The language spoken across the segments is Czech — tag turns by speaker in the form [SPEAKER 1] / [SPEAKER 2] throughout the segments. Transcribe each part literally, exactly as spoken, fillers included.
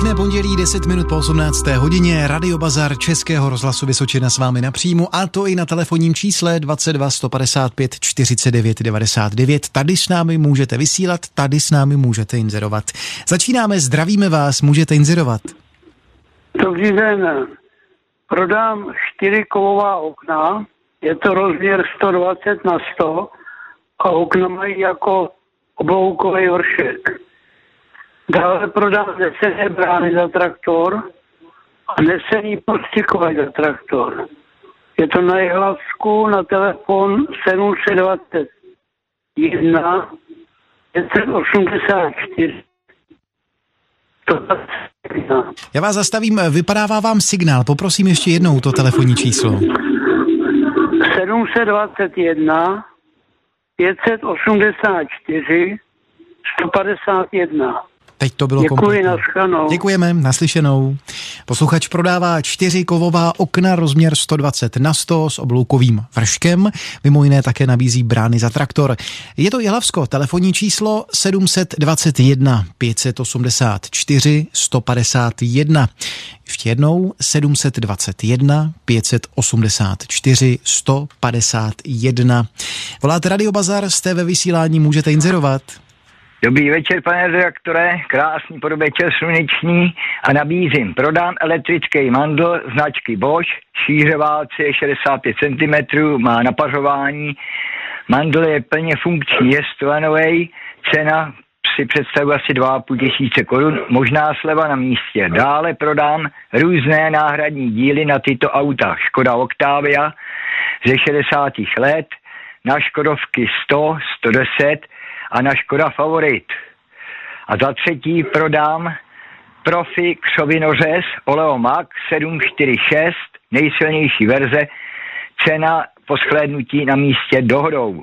[SPEAKER 1] Pěkné pondělí, deset minut po osmnácté hodině, Radio Bazar Českého rozhlasu Vysočina s vámi na příjmu, a to i na telefonním čísle dvacet dva sto padesát pět čtyřicet devět devadesát devět. Tady s námi můžete vysílat, tady s námi můžete inzerovat. Začínáme, zdravíme vás, můžete inzerovat.
[SPEAKER 2] Dobrý den, prodám čtyřikovová okna, je to rozměr sto dvacet na sto a okna mají jako obloukový vršek. Dále prodám nesené brány za traktor a nesený podstřikový za traktor. Je to na Jihlavsku na telefon sedm set dvacet jedna pět set osmdesát čtyři.
[SPEAKER 1] Já vás zastavím, vypadává vám signál, poprosím ještě jednou to telefonní číslo.
[SPEAKER 2] sedm set dvacet jedna pět set osmdesát čtyři sto padesát jedna.
[SPEAKER 1] Teď to bylo
[SPEAKER 2] Děkuji,
[SPEAKER 1] kompletní.
[SPEAKER 2] naschledanou.
[SPEAKER 1] Děkujeme, naslyšenou. Posluchač prodává čtyři kovová okna, rozměr sto dvacet na sto s obloukovým vrškem. Mimo jiné také nabízí brány za traktor. Je to Jihlavsko, telefonní číslo sedm set dvacet jedna pět set osmdesát čtyři sto padesát jedna. Ještě jednou sedm set dvacet jedna pět set osmdesát čtyři sto padesát jedna. Voláte Radio Bazar, jste ve vysílání, můžete inzerovat.
[SPEAKER 3] Dobrý večer, pane redaktore, krásný podvečer sluneční a nabízím. Prodám elektrický mandl značky Bosch, šíře válce je šedesát pět centimetrů, má napařování, mandl je plně funkční, je stojanovej, cena si představu asi dva a půl tisíce korun, možná sleva na místě. Dále prodám různé náhradní díly na tyto auta. Škoda Octavia ze šedesátých let, na Škodovky sto, sto deset a na Škoda Favorit. A za třetí prodám Profi křovinořez Oleo Max sedm set čtyřicet šest, nejsilnější verze, cena po shlédnutí na místě dohodou.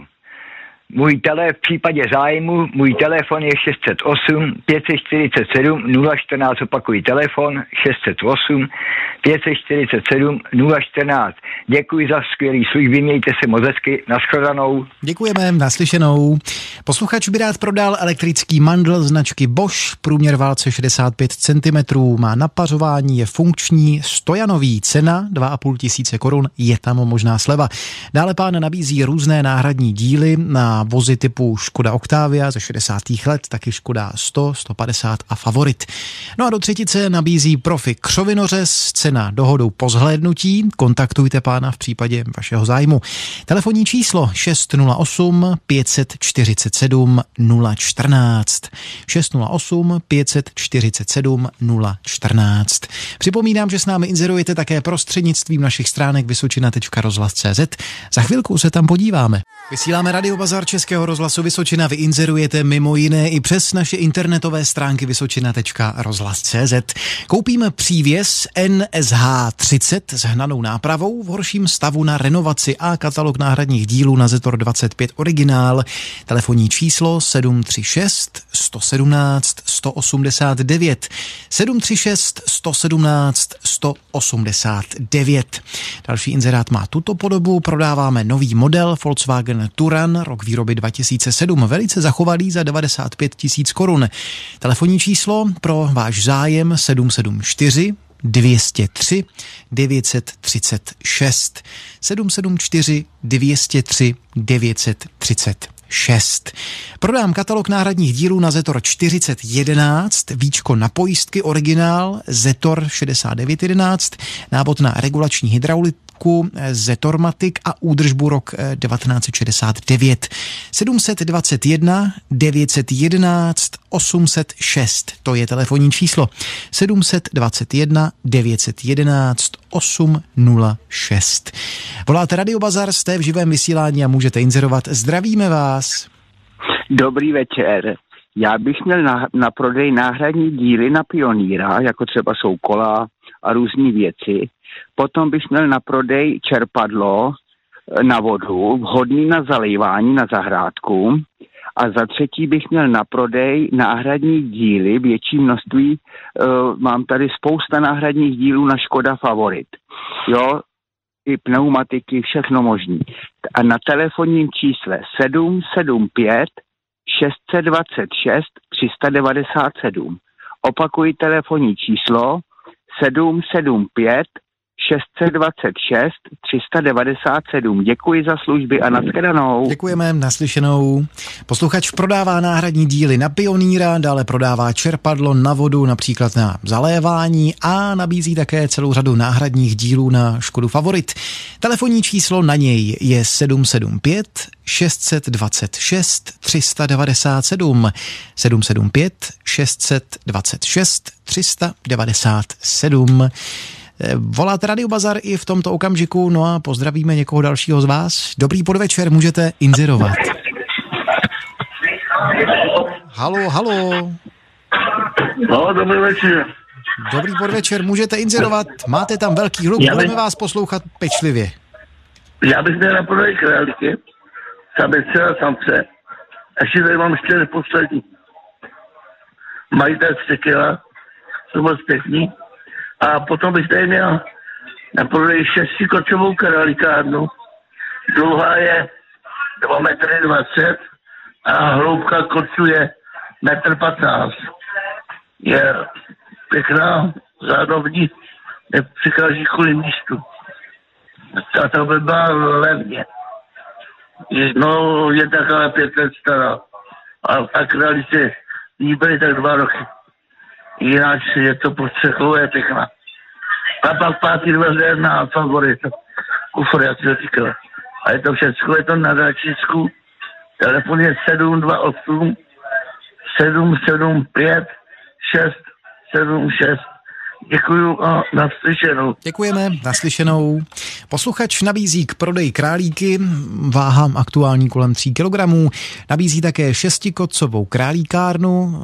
[SPEAKER 3] Můj tele, v případě zájmu, můj telefon je šest set osm pět set čtyřicet sedm nula čtrnáct, opakuji telefon šest set osm pět set čtyřicet sedm nula čtrnáct. Děkuji za skvělý služby, mějte se moc hezky, nashledanou.
[SPEAKER 1] Děkujeme, naslyšenou. Posluchač by rád prodal elektrický mandl značky Bosch, průměr válce šedesát pět centimetrů, má napařování, je funkční, stojanový, cena dva a půl tisíce korun, je tam možná sleva. Dále pán nabízí různé náhradní díly na vozy typu Škoda Octavia ze šedesátých let, taky Škoda sto, sto padesát a Favorit. No a do třetice nabízí Profi křovinořez, cena dohodou po zhlédnutí. Kontaktujte pána v případě vašeho zájmu. Telefonní číslo šest nula osm pět set čtyřicet sedm nula čtrnáct. šest nula osm pět set čtyřicet sedm nula čtrnáct. Připomínám, že s námi inzerujete také prostřednictvím našich stránek vysočina tečka rozhlas tečka cé zet. Za chvilku se tam podíváme. Vysíláme Radio Bazar Českého rozhlasu Vysočina. Vy inzerujete mimo jiné i přes naše internetové stránky vysočina tečka rozhlas tečka cé zet. Koupíme přívěs N S H třicet s hnanou nápravou v horším stavu na renovaci a katalog náhradních dílů na Zetor dvacet pět originál. Telefonní číslo sedm tři šest sto sedmnáct sto osmdesát devět. sedm tři šest sto sedmnáct sto osmdesát devět. Další inzerát má tuto podobu. Prodáváme nový model Volkswagen Touran, rok výroby dva tisíce sedm, velice zachovalý za devadesát pět tisíc korun. Telefonní číslo pro váš zájem sedm sedm čtyři dvě nula tři devět tři šest. sedm sedm čtyři dvě nula tři devět tři šest. Prodám katalog náhradních dílů na Zetor čtyřicet jedenáct, víčko na pojistky originál Zetor šedesát devět jedenáct, návod na regulační hydrauliku Zetormatic a údržbu rok devatenáct set šedesát devět. sedm dvacet jedna devět jedenáct osm set šest, to je telefonní číslo. sedm dvacet jedna devět jedenáct osm nula šest. Voláte Radio Bazar, jste v živém vysílání a můžete inzerovat. Zdravíme vás.
[SPEAKER 4] Dobrý večer. Já bych měl na, na prodej náhradní díly na Pionýra, jako třeba jsou kola a různé věci. Potom bych měl na prodej čerpadlo na vodu, vhodný na zalejvání na zahrádku. A za třetí bych měl na prodej náhradní díly, větší množství, uh, mám tady spousta náhradních dílů na Škoda Favorit. Jo, i pneumatiky, všechno možný. A na telefonním čísle sedm sedm pět šest dvacet šest tři devadesát sedm. Opakuji telefonní číslo sedm sedm pět šest dva šest tři devět sedm. Děkuji za služby a nashledanou.
[SPEAKER 1] Děkujeme, naslyšenou. Posluchač prodává náhradní díly na Pionýra, dále prodává čerpadlo na vodu, například na zalévání, a nabízí také celou řadu náhradních dílů na Škodu Favorit. Telefonní číslo na něj je sedm sedm pět šest dva šest tři devět sedm. sedm sedm pět šest dva šest tři devět sedm. Voláte Radio Bazar i v tomto okamžiku, no a pozdravíme někoho dalšího z vás. Dobrý podvečer, můžete inzerovat. Halo, halo.
[SPEAKER 5] No, dobrý večer.
[SPEAKER 1] Dobrý podvečer, můžete inzerovat, máte tam velký hluk, budeme vás poslouchat pečlivě.
[SPEAKER 5] Já bych měl na prodej králíky, samice a samce. Ještě tady mám ještě poslední. Mají tak tři kila, jsou moc pěkný. A potom bych tady měl na prodej šestikočovou králíkárnu. Dlouhá je dva metry dvacet a hloubka kočů je metr patnáct. Je pěkná, zárovní, nepřikáží kvůli místu. A to by byla levně. No, je taková pět let stará. A, a králice jí byly tak dva roky. Jinak je to podstřechou, je pěkná. A pak pátý dveře na Favorit. Kufr, jak se říkal. A je to všechno, je to na Dačicku. Telefon je sedm dva osm sedm sedm pět šest sedm šest. Děkuju a naslyšenou.
[SPEAKER 1] Děkujeme, naslyšenou. Posluchač nabízí k prodeji králíky, váha aktuální kolem tří kilogramů. Nabízí také šestikotcovou králíkárnu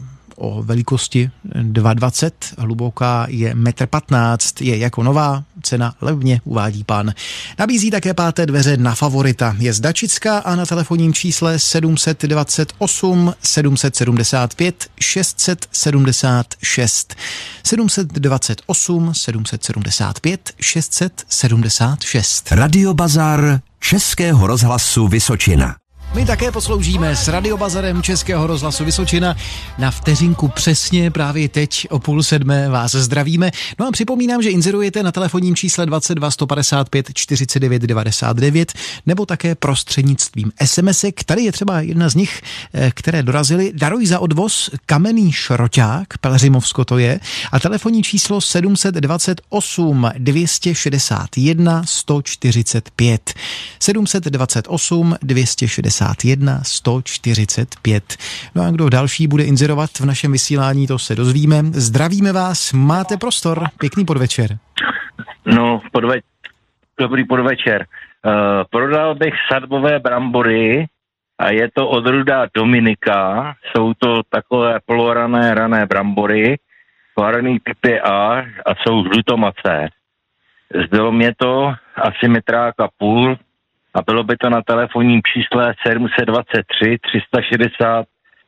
[SPEAKER 1] o velikosti dva dvacet, hluboká je metr patnáct, je jako nová, cena levně, uvádí pan. Nabízí také páté dveře na Favorita. Je z Dačicka a na telefonním čísle sedm dva osm sedm sedm pět šest sedm šest. sedm dva osm sedm sedm pět šest sedm šest.
[SPEAKER 6] Radio Bazar Českého rozhlasu Vysočina.
[SPEAKER 1] My také posloužíme s Radiobazarem Českého rozhlasu Vysočina. Na vteřinku přesně právě teď o půl sedmé vás zdravíme. No a připomínám, že inzerujete na telefonním čísle dvacet dva sto padesát pět čtyřicet devět devadesát devět nebo také prostřednictvím SMSek. Tady je třeba jedna z nich, které dorazily. Daruj za odvoz kamenný šroťák, Pelhřimovsko to je, a telefonní číslo sedm dva osm dvě šedesát jedna sto čtyřicet pět. sedm dva osm dvě šedesát jedna sto čtyřicet pět. No a kdo další bude inzerovat v našem vysílání, to se dozvíme. Zdravíme vás, máte prostor, pěkný podvečer.
[SPEAKER 7] No, podve... dobrý podvečer. Uh, prodal bych sadbové brambory a je to odrůda Dominika. Jsou to takové polorané rané brambory, kvarný typy A a jsou žlutomace. Zbylo mě to asi metrák a půl a bylo by to na telefonním čísle sedm dva tři tři šedesát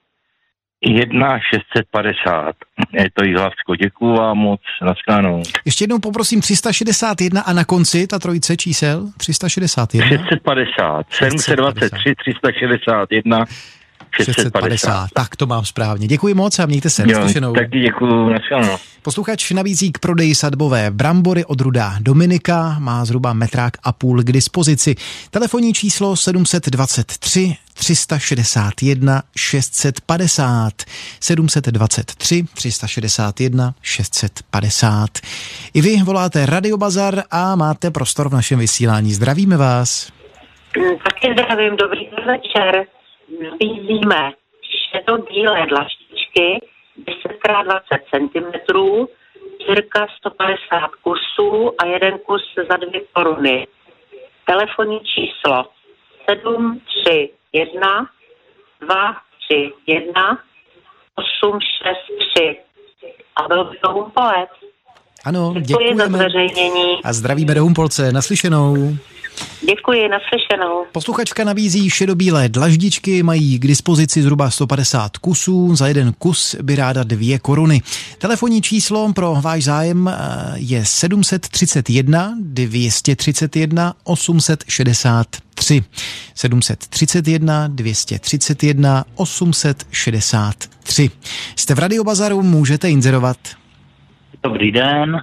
[SPEAKER 7] jedna šest padesát. Je to Jihlavsko. Děkuju vám moc. Naschledanou.
[SPEAKER 1] Ještě jednou poprosím tři sta šedesát jedna a na konci ta trojice čísel tři sta šedesát jedna.
[SPEAKER 7] šest padesát. sedm dva tři tři šedesát jedna šest padesát.
[SPEAKER 1] Tak to mám správně. Děkuji moc a mějte se.
[SPEAKER 7] Jo, taky děkuju. Naschledanou.
[SPEAKER 1] Posluchač nabízí k prodeji sadbové brambory odrůda Dominika, má zhruba metrák a půl k dispozici. Telefonní číslo sedm dva tři tři šedesát jedna šest padesát. sedm dva tři tři šedesát jedna šest padesát. I vy voláte Radio Bazar a máte prostor v našem vysílání. Zdravíme vás.
[SPEAKER 8] Taky zdravím, dobrý večer. Nabízíme šedobílé dlaždičky deset krát dvacet centimetrů, cirka sto padesát kusů a jeden kus za dvě koruny. Telefonní číslo sedm tři jedna dva tři jedna osm šest tři. A byl by to Humpolec.
[SPEAKER 1] Ano,
[SPEAKER 8] děkuji
[SPEAKER 1] děkujeme.
[SPEAKER 8] za zveřejnění.
[SPEAKER 1] A zdravíme do Humpolce. Naslyšenou.
[SPEAKER 8] Děkuji, naslyšenou.
[SPEAKER 1] Posluchačka nabízí šedobílé dlaždičky, mají k dispozici zhruba sto padesát kusů, za jeden kus by ráda dvě koruny. Telefonní číslo pro váš zájem je sedm set třicet jedna dvě stě třicet jedna osm set šedesát tři. sedm set třicet jedna dvě stě třicet jedna osm set šedesát tři. Jste v Radiobazaru, můžete inzerovat.
[SPEAKER 9] Dobrý den.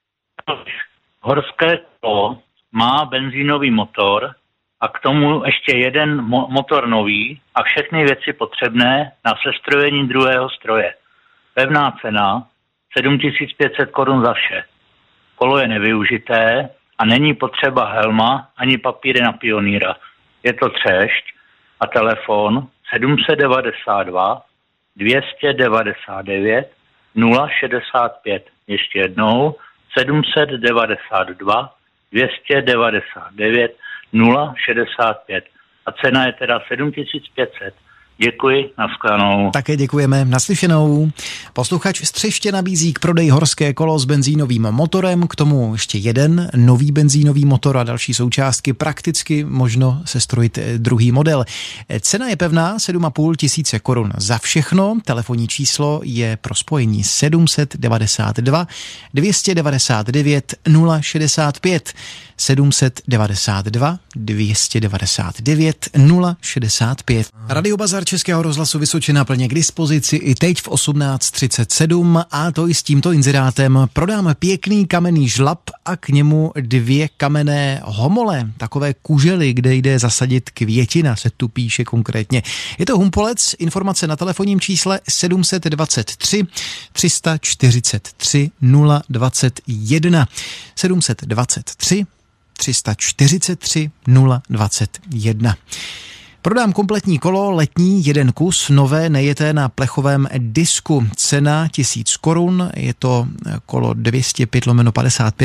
[SPEAKER 9] Horské kolo má benzínový motor a k tomu ještě jeden mo- motor nový a všechny věci potřebné na sestrojení druhého stroje. Pevná cena sedm tisíc pět set korun za vše. Kolo je nevyužité a není potřeba helma ani papíry na pionýra. Je to třešť a telefon sedm set devadesát dva dvě stě devadesát devět nula šedesát pět. Ještě jednou sedm set devadesát dva dvě stě devadesát devět nula šedesát pět. A cena je teda sedm tisíc pět set. Děkuji, nashledanou.
[SPEAKER 1] Také děkujeme, naslyšenou. Posluchač z Třeště nabízí k prodeji horské kolo s benzínovým motorem, k tomu ještě jeden nový benzínový motor a další součástky, prakticky možno sestrojit druhý model. Cena je pevná, sedm a půl tisíce korun za všechno. Telefonní číslo je pro spojení sedm set devadesát dva dvě stě devadesát devět nula šedesát pět. sedm set devadesát dva dvě stě devadesát devět nula šedesát pět. Radiobazar Českého rozhlasu Vysočina plně k dispozici i teď v osmnáct třicet sedm a to i s tímto inzerátem. Prodáme pěkný kamenný žlab a k němu dvě kamenné homole, takové kužely, kde jde zasadit květina, se tu píše konkrétně. Je to humpolec, informace na telefonním čísle sedm set dvacet tři tři sta čtyřicet tři nula dvacet jedna. sedm set dvacet tři tři sta čtyřicet tři nula dvacet jedna. Prodám kompletní kolo, letní, jeden kus, nové, nejeté na plechovém disku. Cena tisíc korun, je to kolo dvě stě pět lomeno padesát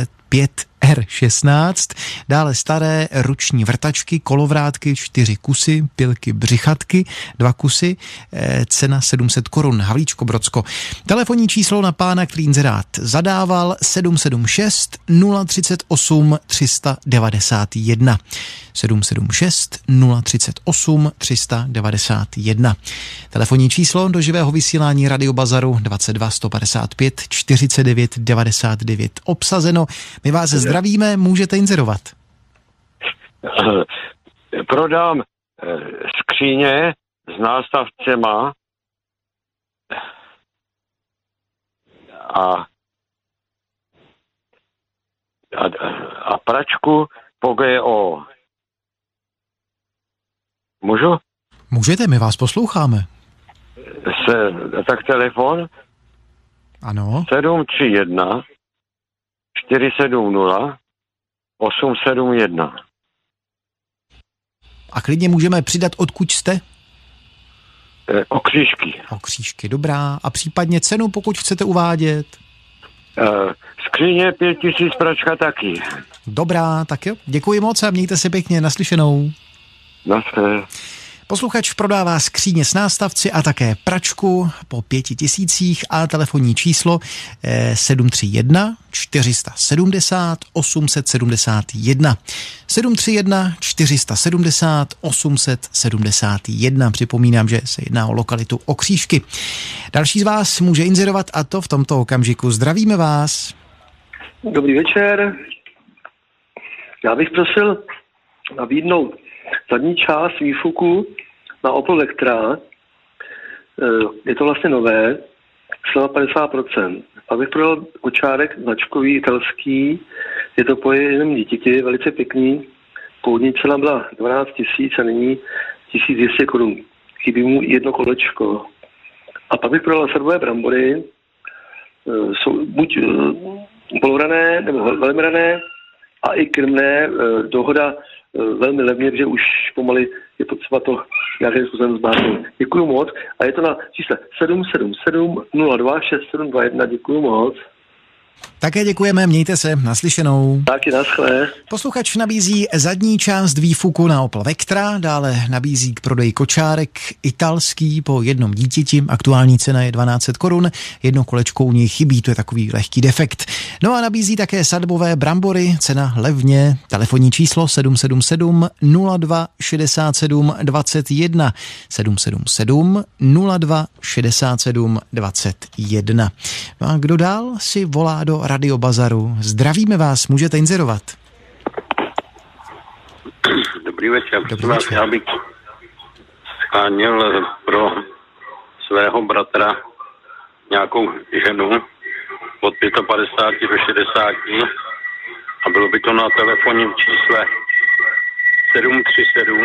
[SPEAKER 1] pět R šestnáct, dále staré ruční vrtačky, kolovrátky, čtyři kusy, pilky břichatky, dva kusy, cena sedm set korun, Havlíčko Brodsko. Telefonní číslo na pána, který inzerát zadával, sedm sedm šest nula třicet osm tři sta devadesát jedna. sedm sedm šest nula třicet osm tři sta devadesát jedna. Telefonní číslo do živého vysílání Radiobazaru dvacet dva sto padesát pět čtyřicet devět devadesát devět obsazeno. My vás zdravíme, můžete inzerovat.
[SPEAKER 10] Prodám skříně s nástavcema a, a, a pračku po G O. Můžu?
[SPEAKER 1] Můžete, my vás posloucháme.
[SPEAKER 10] Se, tak telefon?
[SPEAKER 1] Ano.
[SPEAKER 10] sedm tři jedna čtyři sedm nula osm sedm jedna.
[SPEAKER 1] A klidně můžeme přidat, odkud jste?
[SPEAKER 10] E, o křížky.
[SPEAKER 1] O křížky, dobrá. A případně cenu, pokud chcete uvádět?
[SPEAKER 10] E, skříně pět tisíc, pračka taky.
[SPEAKER 1] Dobrá, tak jo. Děkuji moc a mějte se pěkně, naslyšenou.
[SPEAKER 10] Naschle.
[SPEAKER 1] Posluchač prodává skříně s nástavci a také pračku po pěti tisících a telefonní číslo sedm tři jedna čtyři sedmdesát osm set sedmdesát jedna. sedm tři jedna čtyři sedmdesát osm set sedmdesát jedna. Připomínám, že se jedná o lokalitu Okřížky. Další z vás může inzerovat a to v tomto okamžiku. Zdravíme vás.
[SPEAKER 11] Dobrý večer. Já bych prosil nabídnout zadní část výfuku na Opel Vectra. Je to vlastně nové, sleva padesát procent. Abych prodal kočárek značkový, italský, je to po jenom dítěti, velice pěkný. Původní cena byla dvanáct tisíc a nyní tisíc dvě stě korun. Chybí mu jedno kolečko. A pak bych prodal sadové brambory, jsou buď polorané nebo velmi rané a i krmné, dohoda velmi levně, protože už pomaly je potřeba to nějakým způsobem zbáhnout. Děkuju moc a je to na čísle sedm sedm sedm nula dva šest sedm dva jedna. Děkuju moc.
[SPEAKER 1] Také děkujeme, mějte se, naslyšenou.
[SPEAKER 11] Taky naschle.
[SPEAKER 1] Posluchač nabízí zadní část výfuku na Opel Vectra, dále nabízí k prodeji kočárek italský po jednom dítěti, aktuální cena je dvanáct set korun, jedno kolečko u něj chybí, to je takový lehký defekt. No a nabízí také sadbové brambory, cena levně, telefonní číslo sedm sedm sedm nula dva šedesát sedm dvacet jedna, sedm sedm sedm nula dva šedesát sedm dvacet jedna. No a kdo dál si volá do Radiobazaru? Zdravíme vás, můžete inzerovat.
[SPEAKER 12] Dobrý večer.
[SPEAKER 1] Dobrý večer.
[SPEAKER 12] Já bych scháněl pro svého bratra nějakou ženu od padesát pět do šedesáti a bylo by to na telefonním čísle sedm tři sedm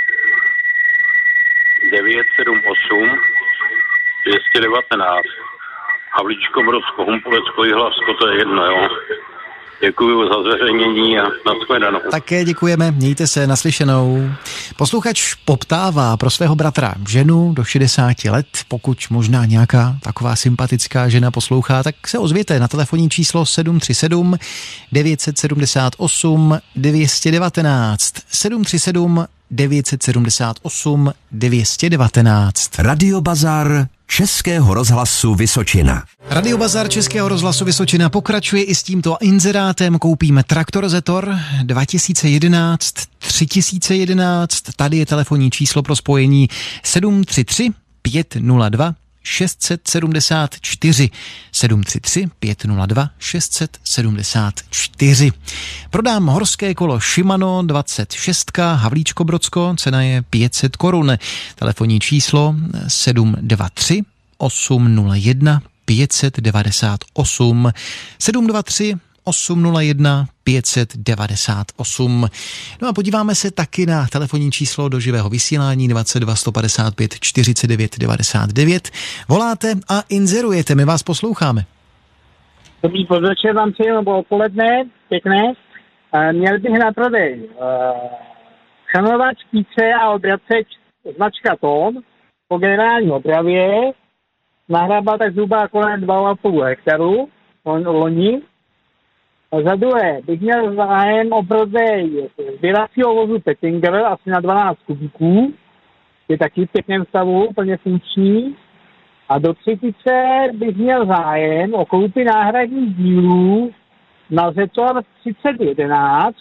[SPEAKER 12] devět sedm osm dvě stě devatenáct. Havlíčko, Brodsko, Humpolecko, Jihlavsko, to je jedno, jo. Děkuju za zveřejnění a nashledanou.
[SPEAKER 1] Také děkujeme, mějte se, naslyšenou. Posluchač poptává pro svého bratra ženu do šedesáti let. Pokud možná nějaká taková sympatická žena poslouchá, tak se ozvěte na telefonní číslo sedm tři sedm devět sedm osm dvě stě devatenáct. sedm tři sedm devět sedm osm dvě stě devatenáct.
[SPEAKER 6] Radiobazar Českého rozhlasu Vysočina.
[SPEAKER 1] Radiobazar Českého rozhlasu Vysočina pokračuje i s tímto inzerátem. Koupíme traktor Zetor dva tisíce jedenáct tři tisíce jedenáct. Tady je telefonní číslo pro spojení sedm tři tři pět nula dva šest sedm čtyři. sedm tři tři pět nula dva šest sedm čtyři. Prodám horské kolo Shimano dvacet šest Havlíčko Brodsko, cena je pět set korun. Telefonní číslo sedm dva tři osm nula jedna pět devět osm. sedm dva tři osm nula jedna pět devět osm. No a podíváme se taky na telefonní číslo do živého vysílání dvacet dva sto padesát pět čtyřicet devět devadesát devět. Voláte a inzerujete, my vás posloucháme.
[SPEAKER 13] Dobrý podvečer vám přeji, nebo odpoledne, pěkné. Měl bych na prodej šanovač, píce a obraceč značka Tom po generální opravě. Nahrává tak zhruba kolem dva a půl hektaru loni. Za druhé bych měl zájem o prodej sběracího vozu Pettinger asi na dvanáct kubíků. Je taky v pěkném stavu, plně funkční. A do třetice bych měl zájem o koupi náhradních dílů na Zetor třicet jedenáct.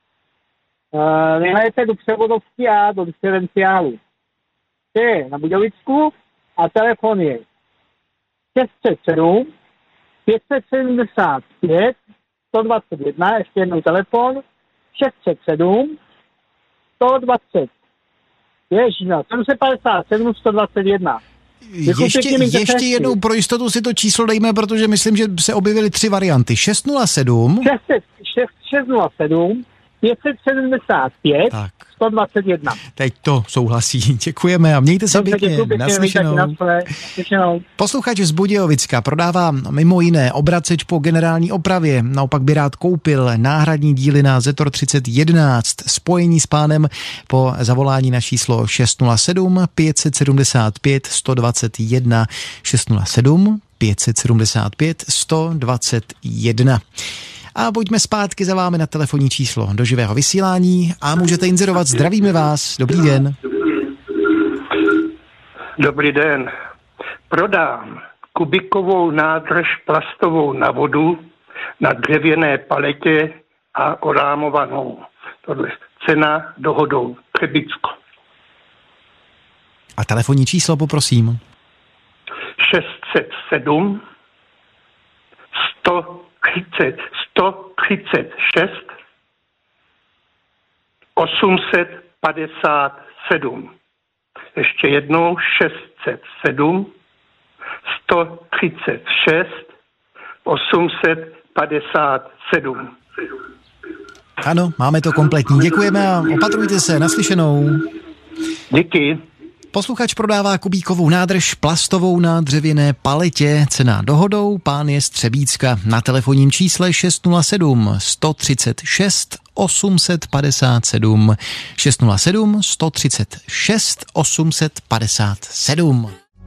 [SPEAKER 13] Nejlépe do převodovky a do diferenciálu. To je na Budějovicku a telefon je šest set sedm pět sedmdesát pět sto dvacet jedna, ještě jednou telefon, šest set sedm sto dvacet, ježína, sedm set padesát sedm sto dvacet jedna.
[SPEAKER 1] Ještě, ještě jednou pro jistotu si to číslo dejme, protože myslím, že se objevily tři varianty. šest nula sedm
[SPEAKER 13] šest nula sedm pět sedmdesát pět tak. sto dvacet jedna.
[SPEAKER 1] Teď to souhlasí. Děkujeme a mějte se pěkně. Naslyšenou. Posluchač z Budějovicka prodává mimo jiné obraceč po generální opravě. Naopak by rád koupil náhradní díly na Zetor třicet jedenáct. Spojení s pánem po zavolání na číslo šest nula sedm pět sedmdesát pět sto dvacet jedna. šest nula sedm pět sedmdesát pět sto dvacet jedna. A pojďme zpátky za vámi na telefonní číslo do živého vysílání a můžete inzerovat. Zdravíme vás. Dobrý den.
[SPEAKER 14] Dobrý den. Prodám kubikovou nádrž plastovou na vodu na dřevěné paletě a orámovanou. Tohle cena dohodou Třebicko.
[SPEAKER 1] A telefonní číslo poprosím.
[SPEAKER 14] šest set sedm sto třicet sto třicet šest osm set padesát sedm. Ještě jednou šest set sedm sto třicet šest osm set padesát sedm.
[SPEAKER 1] Ano, máme to kompletní. Děkujeme a opatrujte se. Naslyšenou.
[SPEAKER 14] Díky.
[SPEAKER 1] Posluchač prodává kubíkovou nádrž plastovou na dřevěné paletě. Cena dohodou, pán je z Třebícka. Na telefonním čísle šest nula sedm sto třicet šest osm set padesát sedm. šest nula sedm sto třicet šest osm set padesát sedm.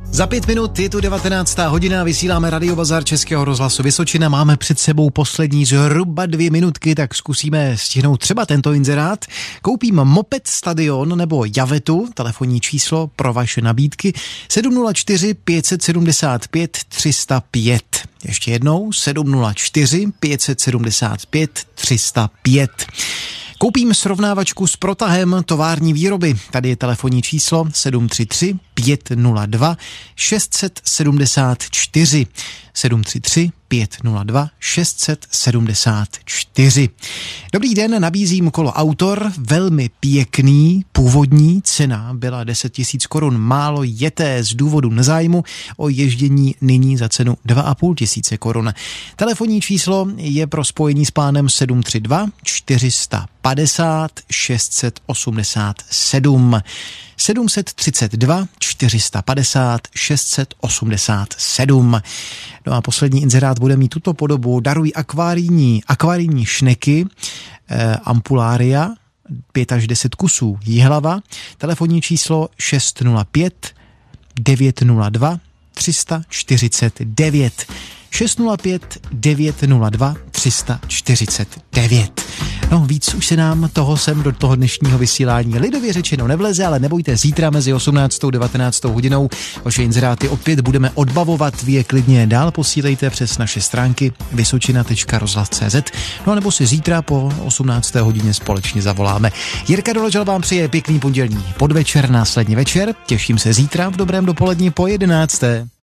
[SPEAKER 1] Za pět minut je tu devatenáctá hodina, vysíláme Radiobazar Českého rozhlasu Vysočina, máme před sebou poslední zhruba dvě minutky, tak zkusíme stihnout třeba tento inzerát. Koupím moped Stadion nebo Javetu, telefonní číslo pro vaše nabídky sedm nula čtyři pět sedm pět tři nula pět. Ještě jednou sedm nula čtyři pět sedm pět tři nula pět. Koupím srovnávačku s protahem tovární výroby. Tady je telefonní číslo sedm tři tři pět nula dva šest sedm čtyři. sedm tři tři pět nula dva šest sedm čtyři. Dobrý den, nabízím kolo Autor, velmi pěkný, původní, cena byla deset tisíc korun, málo jeté z důvodu nezájmu o ježdění nyní za cenu dva a půl tisíce korun. Telefonní číslo je pro spojení s pánem sedm tři dva čtyři padesát šest osmdesát sedm. sedm tři dva čtyři padesát šest osmdesát sedm. No a poslední inzerát bude mít tuto podobu. Darují akvárijní, akvárijní šneky, eh, ampulária, pět až deset kusů, jihlava. Telefonní číslo šest nula pět devět nula dva tři čtyřicet devět. šest nula pět devět nula dva tři čtyřicet devět. No víc už se nám toho sem do toho dnešního vysílání lidově řečeno nevleze, ale nebojte, zítra mezi osmnáctou a devatenáctou hodinou vaše inzeráty opět budeme odbavovat, vy je klidně dál posílejte přes naše stránky vysočina tečka rozhlas tečka cé zet, no a nebo si zítra po osmnácté hodině společně zavoláme. Jirka Doležal vám přeje pěkný pondělní podvečer, následně večer, těším se zítra v dobrém dopoledni po jedenácté.